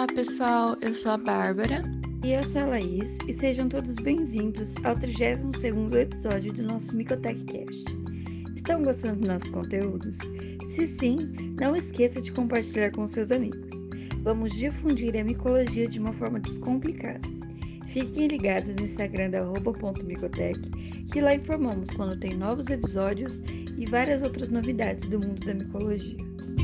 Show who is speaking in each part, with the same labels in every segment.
Speaker 1: Olá, pessoal. Eu sou a Bárbara.
Speaker 2: E eu sou a Laís, e sejam todos bem-vindos ao 32º episódio do nosso MicoTechCast. Estão gostando dos nossos conteúdos? Se sim, não esqueça de compartilhar com seus amigos. Vamos difundir a micologia de uma forma descomplicada. Fiquem ligados no Instagram da @micotech, que lá informamos quando tem novos episódios e várias outras novidades do mundo da micologia.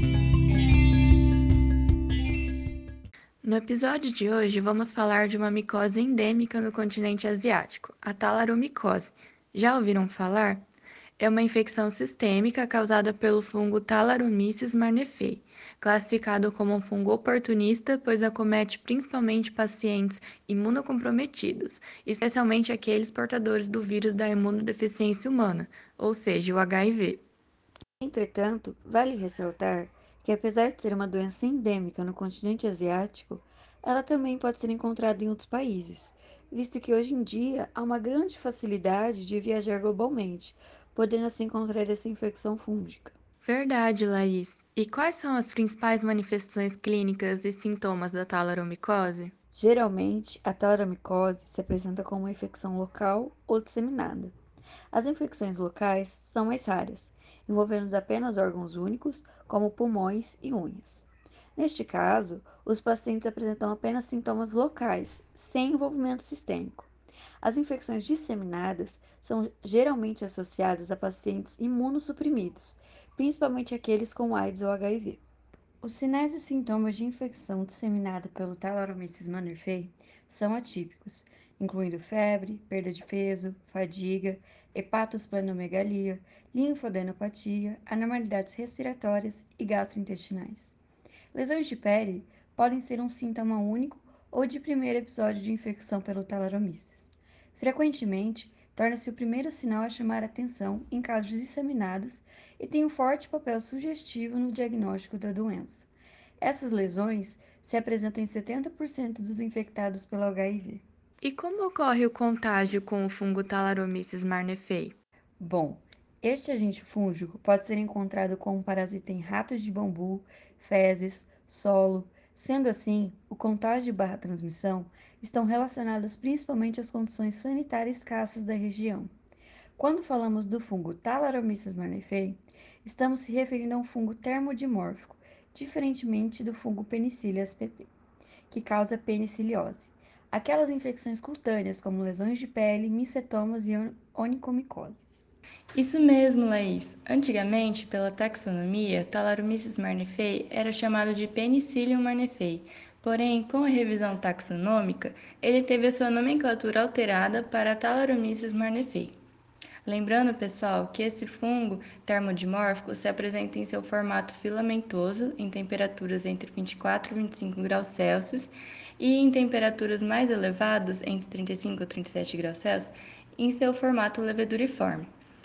Speaker 1: No episódio de hoje, vamos falar de uma micose endêmica no continente asiático, a talaromicose. Já ouviram falar? É uma infecção sistêmica causada pelo fungo Thalaromyces marnefei, classificado como um fungo oportunista, pois acomete principalmente pacientes imunocomprometidos, especialmente aqueles portadores do vírus da imunodeficiência humana, ou seja, o HIV.
Speaker 2: Entretanto, vale ressaltar que, apesar de ser uma doença endêmica no continente asiático, ela também pode ser encontrada em outros países, visto que hoje em dia há uma grande facilidade de viajar globalmente, podendo assim encontrar essa infecção fúngica.
Speaker 1: Verdade, Laís. E quais são as principais manifestações clínicas e sintomas da talaromicose?
Speaker 2: Geralmente, a talaromicose se apresenta como uma infecção local ou disseminada. As infecções locais são mais raras, envolvendo apenas órgãos únicos, como pulmões e unhas. Neste caso, os pacientes apresentam apenas sintomas locais, sem envolvimento sistêmico. As infecções disseminadas são geralmente associadas a pacientes imunossuprimidos, principalmente aqueles com AIDS ou HIV. Os sinais e sintomas de infecção disseminada pelo Thalaromyces marnefei são atípicos, incluindo febre, perda de peso, fadiga, hepatosplenomegalia, linfadenopatia, anormalidades respiratórias e gastrointestinais. Lesões de pele podem ser um sintoma único ou de primeiro episódio de infecção pelo Thalaromyces. Frequentemente, torna-se o primeiro sinal a chamar a atenção em casos disseminados e tem um forte papel sugestivo no diagnóstico da doença. Essas lesões se apresentam em 70% dos infectados pelo HIV.
Speaker 1: E como ocorre o contágio com o fungo Thalaromyces marnefei?
Speaker 2: Bom, este agente fúngico pode ser encontrado como parasita em ratos de bambu, fezes, solo. Sendo assim, o contágio e transmissão estão relacionadas principalmente às condições sanitárias escassas da região. Quando falamos do fungo Thalaromyces marnefei, estamos se referindo a um fungo termodimórfico, diferentemente do fungo Penicillium spp, que causa peniciliose. Aquelas infecções cutâneas como lesões de pele, micetomas e onicomicoses.
Speaker 1: Isso mesmo, Laís. Antigamente, pela taxonomia, Thalaromyces marnefei era chamado de Penicillium marnefei. Porém, com a revisão taxonômica, ele teve a sua nomenclatura alterada para Thalaromyces marnefei. Lembrando, pessoal, que esse fungo termodimórfico se apresenta em seu formato filamentoso, em temperaturas entre 24 e 25 graus Celsius, e em temperaturas mais elevadas, entre 35 e 37 graus Celsius, em seu formato leveduriforme.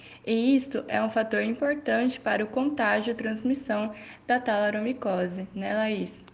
Speaker 1: E isto é um fator importante para o contágio e transmissão da talaromicose, né, Laís?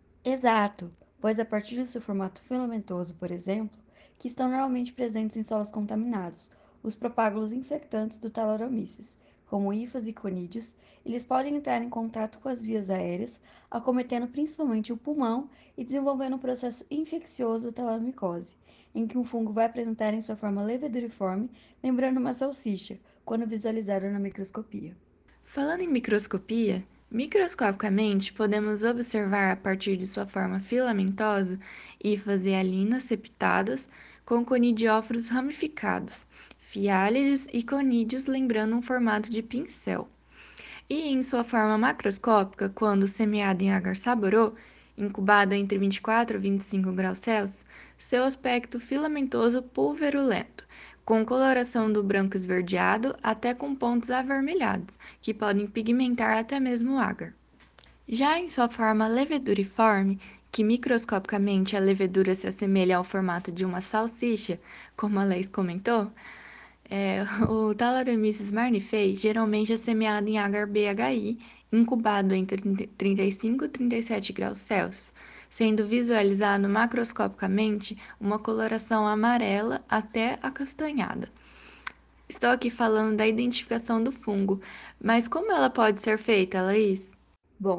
Speaker 2: Exato, pois a partir do seu formato filamentoso, por exemplo, que estão normalmente presentes em solos contaminados, os propágulos infectantes do Thalaromyces, como hifas e conídeos, eles podem entrar em contato com as vias aéreas, acometendo principalmente o pulmão e desenvolvendo um processo infeccioso da talaromicose, em que um fungo vai apresentar em sua forma leveduriforme, lembrando uma salsicha, quando visualizado na microscopia.
Speaker 1: Falando em microscopia, microscopicamente podemos observar a partir de sua forma filamentosa hifas e alinas septadas com conidióforos ramificados, fiálides e conídeos lembrando um formato de pincel. E em sua forma macroscópica, quando semeada em agar saborô, incubada entre 24 e 25 graus Celsius, seu aspecto filamentoso pulverulento, com coloração do branco esverdeado até com pontos avermelhados, que podem pigmentar até mesmo o agar. Já em sua forma leveduriforme, que microscopicamente a levedura se assemelha ao formato de uma salsicha, como a Leis comentou, o Thalaromyces marnefei geralmente é semeado em agar BHI, incubado entre 35 e 37 graus Celsius, sendo visualizado macroscopicamente uma coloração amarela até acastanhada. Estou aqui falando da identificação do fungo, mas como ela pode ser feita, Laís?
Speaker 2: Bom,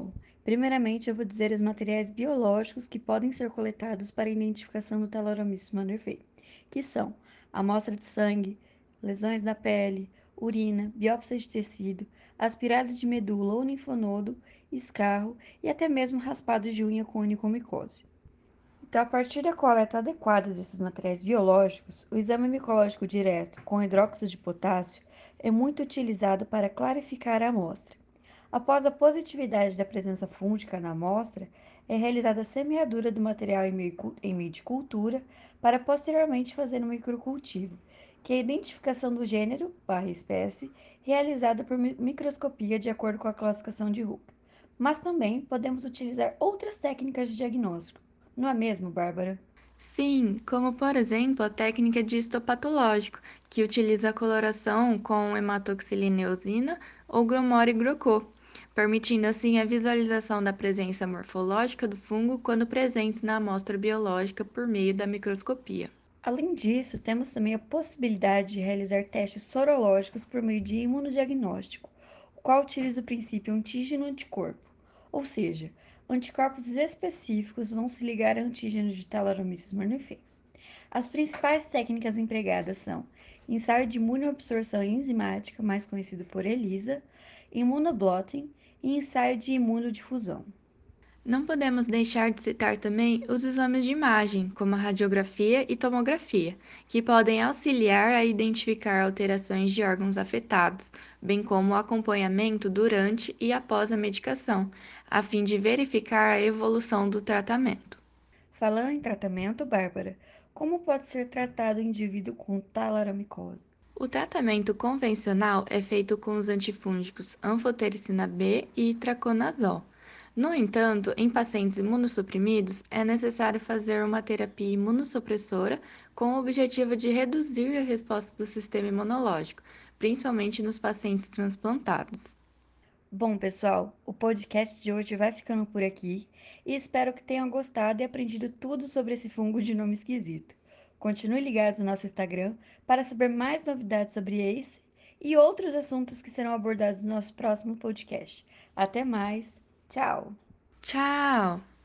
Speaker 2: Primeiramente, eu vou dizer os materiais biológicos que podem ser coletados para a identificação do Talaromyces monnifieri, que são amostra de sangue, lesões da pele, urina, biópsia de tecido, aspirado de medula ou linfonodo, escarro e até mesmo raspado de unha com onicomicose. Então, a partir da coleta adequada desses materiais biológicos, o exame micológico direto com hidróxido de potássio é muito utilizado para clarificar a amostra. Após a positividade da presença fúngica na amostra, é realizada a semeadura do material em meio de cultura para posteriormente fazer um microcultivo, que é a identificação do gênero, barra espécie, realizada por microscopia de acordo com a classificação de Hooker. Mas também podemos utilizar outras técnicas de diagnóstico. Não é mesmo, Bárbara?
Speaker 1: Sim, como por exemplo a técnica de histopatológico, que utiliza a coloração com hematoxilina eosina ou gromore grocô, permitindo assim a visualização da presença morfológica do fungo quando presentes na amostra biológica por meio da microscopia.
Speaker 2: Além disso, temos também a possibilidade de realizar testes sorológicos por meio de imunodiagnóstico, o qual utiliza o princípio antígeno-anticorpo, ou seja, anticorpos específicos vão se ligar a antígenos de Talaromyces monnifieri. As principais técnicas empregadas são ensaio de imunoabsorção enzimática, mais conhecido por ELISA, imunoblotting e ensaio de imunodifusão.
Speaker 1: Não podemos deixar de citar também os exames de imagem, como a radiografia e tomografia, que podem auxiliar a identificar alterações de órgãos afetados, bem como o acompanhamento durante e após a medicação, a fim de verificar a evolução do tratamento.
Speaker 2: Falando em tratamento, Bárbara, como pode ser tratado o indivíduo com talaramicose?
Speaker 1: O tratamento convencional é feito com os antifúngicos anfotericina B e traconazol. No entanto, em pacientes imunossuprimidos, é necessário fazer uma terapia imunossupressora com o objetivo de reduzir a resposta do sistema imunológico, principalmente nos pacientes transplantados.
Speaker 2: Bom, pessoal, o podcast de hoje vai ficando por aqui e espero que tenham gostado e aprendido tudo sobre esse fungo de nome esquisito. Continue ligados no nosso Instagram para saber mais novidades sobre esse e outros assuntos que serão abordados no nosso próximo podcast. Até mais, tchau!
Speaker 1: Tchau!